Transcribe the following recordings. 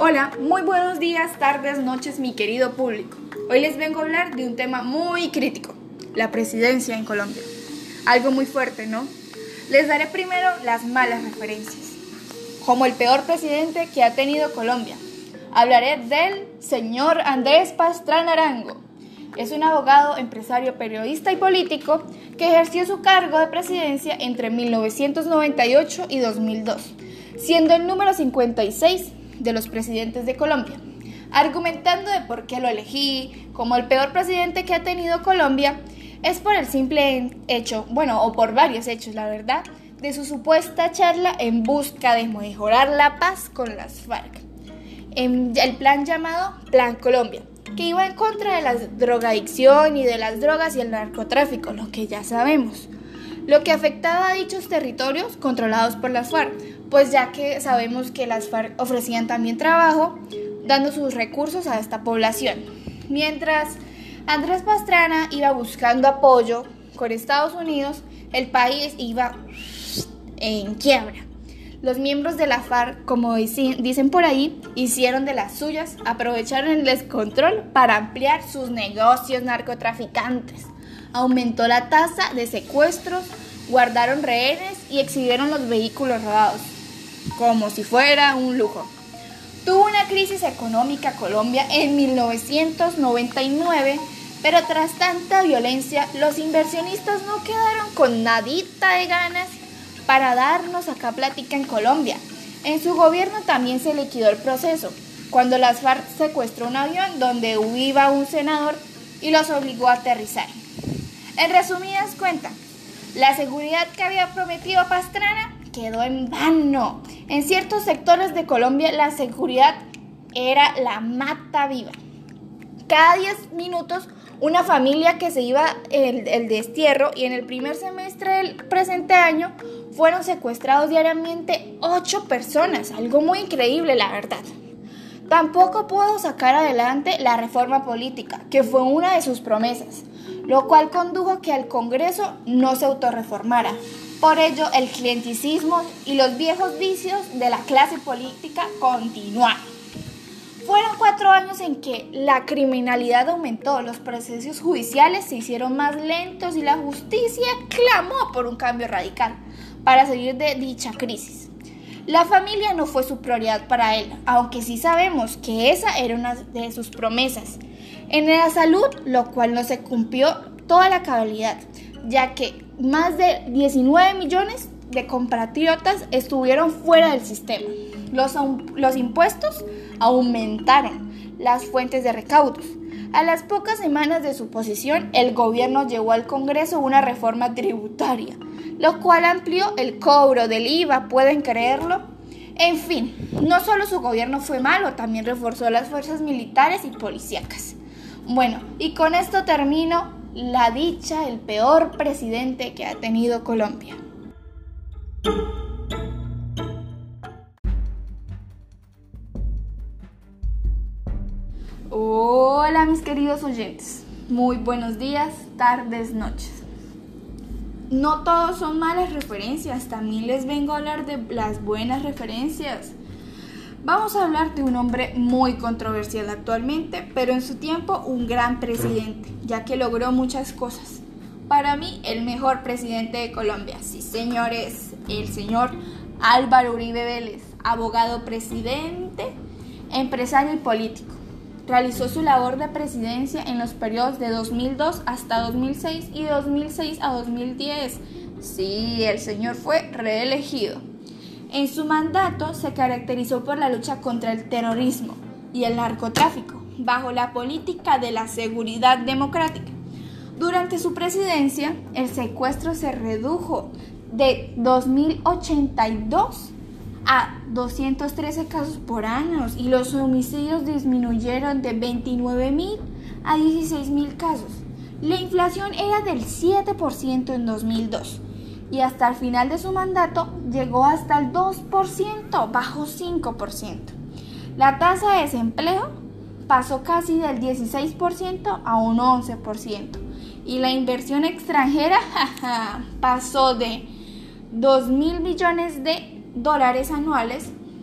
Hola, muy buenos días, tardes, noches, mi querido público. Hoy les vengo a hablar de un tema muy crítico, la presidencia en Colombia. Algo muy fuerte, ¿no? Les daré primero las malas referencias, como el peor presidente que ha tenido Colombia. Hablaré del señor Andrés Pastrana Arango. Es un abogado, empresario, periodista y político que ejerció su cargo de presidencia entre 1998 y 2002, siendo el número 56 de los presidentes de Colombia, argumentando de por qué lo elegí como el peor presidente que ha tenido Colombia. Es por el simple hecho, o por varios hechos, la verdad, de su supuesta charla en busca de mejorar la paz con las FARC, en el plan llamado Plan Colombia, que iba en contra de la drogadicción y de las drogas y el narcotráfico, lo que ya sabemos, lo que afectaba a dichos territorios controlados por las FARC, pues ya que sabemos que las FARC ofrecían también trabajo, dando sus recursos a esta población. Mientras Andrés Pastrana iba buscando apoyo con Estados Unidos, el país iba en quiebra. Los miembros de la FARC, como dicen por ahí, hicieron de las suyas, aprovecharon el descontrol para ampliar sus negocios narcotraficantes. Aumentó la tasa de secuestros, guardaron rehenes y exhibieron los vehículos robados, como si fuera un lujo. Tuvo una crisis económica Colombia en 1999, pero tras tanta violencia, los inversionistas no quedaron con nadita de ganas para darnos acá plática en Colombia. En su gobierno también se liquidó el proceso, cuando las FARC secuestró un avión donde iba un senador y los obligó a aterrizar. En resumidas cuentas, la seguridad que había prometido Pastrana quedó en vano. En ciertos sectores de Colombia la seguridad era la mata viva. Cada 10 minutos una familia que se iba el destierro, y en el primer semestre del presente año fueron secuestrados diariamente 8 personas, algo muy increíble la verdad. Tampoco pudo sacar adelante la reforma política, que fue una de sus promesas, lo cual condujo a que el Congreso no se autorreformara. Por ello, el clientismo y los viejos vicios de la clase política continuaron. Fueron 4 años en que la criminalidad aumentó, los procesos judiciales se hicieron más lentos y la justicia clamó por un cambio radical para salir de dicha crisis. La familia no fue su prioridad para él, aunque sí sabemos que esa era una de sus promesas. En la salud, lo cual no se cumplió toda la cabalidad, ya que más de 19 millones de compatriotas estuvieron fuera del sistema. Los impuestos aumentaron las fuentes de recaudos. A las pocas semanas de su posesión, el gobierno llevó al Congreso una reforma tributaria, lo cual amplió el cobro del IVA, ¿pueden creerlo? En fin, no solo su gobierno fue malo, también reforzó las fuerzas militares y policíacas. Bueno, y con esto termino la dicha, el peor presidente que ha tenido Colombia. Hola mis queridos oyentes, muy buenos días, tardes, noches. No todos son malas referencias, también les vengo a hablar de las buenas referencias. Vamos a hablar de un hombre muy controversial actualmente, pero en su tiempo un gran presidente, ya que logró muchas cosas. Para mí, el mejor presidente de Colombia, sí señores, el señor Álvaro Uribe Vélez, abogado, presidente, empresario y político. Realizó su labor de presidencia en los periodos de 2002 hasta 2006 y 2006 a 2010. Sí, el señor fue reelegido. En su mandato se caracterizó por la lucha contra el terrorismo y el narcotráfico, bajo la política de la seguridad democrática. Durante su presidencia, el secuestro se redujo de 2.082 a 213 casos por año y los homicidios disminuyeron de 29.000 a 16.000 casos. La inflación era del 7% en 2002 y hasta el final de su mandato llegó hasta el 2%, bajó 5%. La tasa de desempleo pasó casi del 16% a un 11% y la inversión extranjera pasó de 2.000 millones de dólares anuales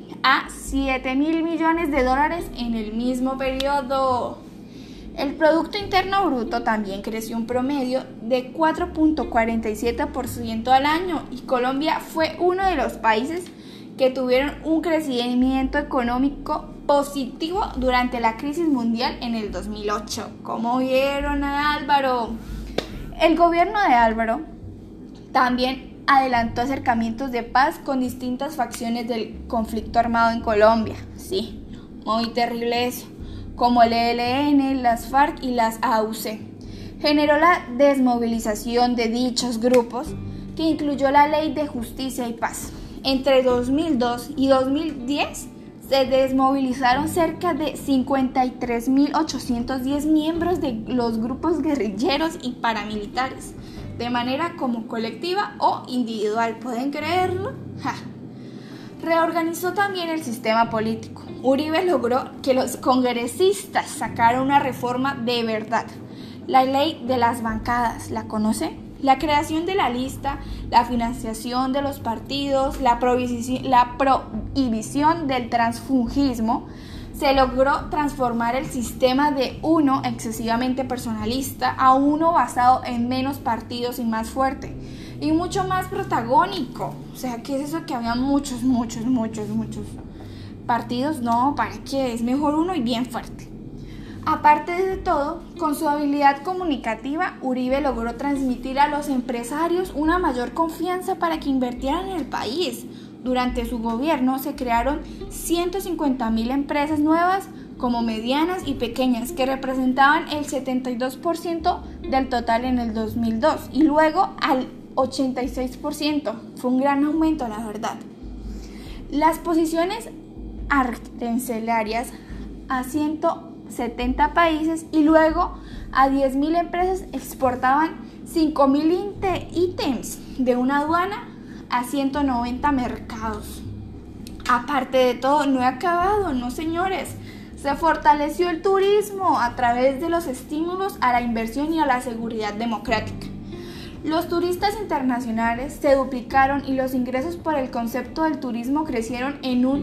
a 7.000 millones de dólares en el mismo periodo. El Producto Interno Bruto también creció un promedio de 4.47% al año y Colombia fue uno de los países que tuvieron un crecimiento económico positivo durante la crisis mundial en el 2008. ¿Cómo vieron a Álvaro? El gobierno de Álvaro también adelantó acercamientos de paz con distintas facciones del conflicto armado en Colombia. Sí, muy terrible eso, como el ELN, las FARC y las AUC. Generó la desmovilización de dichos grupos, que incluyó la Ley de Justicia y Paz. Entre 2002 y 2010 se desmovilizaron cerca de 53.810 miembros de los grupos guerrilleros y paramilitares, de manera como colectiva o individual. ¿Pueden creerlo? ¡Ja! Reorganizó también el sistema político. Uribe logró que los congresistas sacaran una reforma de verdad. La ley de las bancadas, ¿la conoce? La creación de la lista, la financiación de los partidos, la prohibición del transfugismo. Se logró transformar el sistema de uno excesivamente personalista a uno basado en menos partidos y más fuerte y mucho más protagónico. O sea, ¿qué es eso que había muchos partidos? No, ¿para qué? Es mejor uno y bien fuerte. Aparte de todo, con su habilidad comunicativa, Uribe logró transmitir a los empresarios una mayor confianza para que invirtieran en el país. Durante su gobierno se crearon 150.000 empresas nuevas, como medianas y pequeñas, que representaban el 72% del total en el 2002 y luego al 86%. Fue un gran aumento, la verdad. Las posiciones arancelarias a 170 países y luego a 10.000 empresas exportaban 5.000 ítems de una aduana a 190 mercados. Aparte de todo, no he acabado, no señores. Se fortaleció el turismo a través de los estímulos a la inversión y a la seguridad democrática. Los turistas internacionales se duplicaron y los ingresos por el concepto del turismo crecieron en un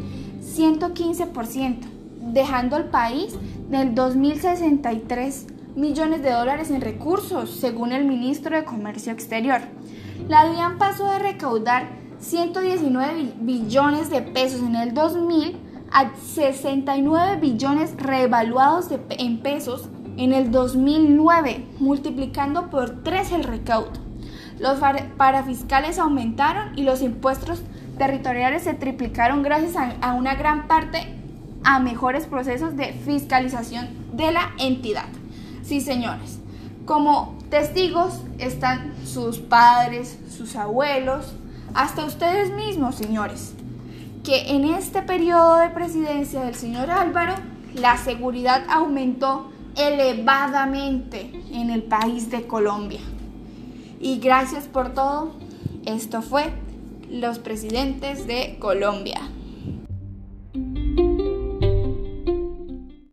115%, dejando al país del 2.063 millones de dólares en recursos, según el ministro de Comercio Exterior. La DIAN pasó de recaudar 119 billones de pesos en el 2000 a 69 billones reevaluados en pesos en el 2009, multiplicando por 3 el recaudo. Los parafiscales aumentaron y los impuestos territoriales se triplicaron gracias a una gran parte a mejores procesos de fiscalización de la entidad. Sí, señores, como testigos están sus padres, sus abuelos, hasta ustedes mismos, señores, que en este periodo de presidencia del señor Álvaro, la seguridad aumentó elevadamente en el país de Colombia. Y gracias por todo. Esto fue Los Presidentes de Colombia.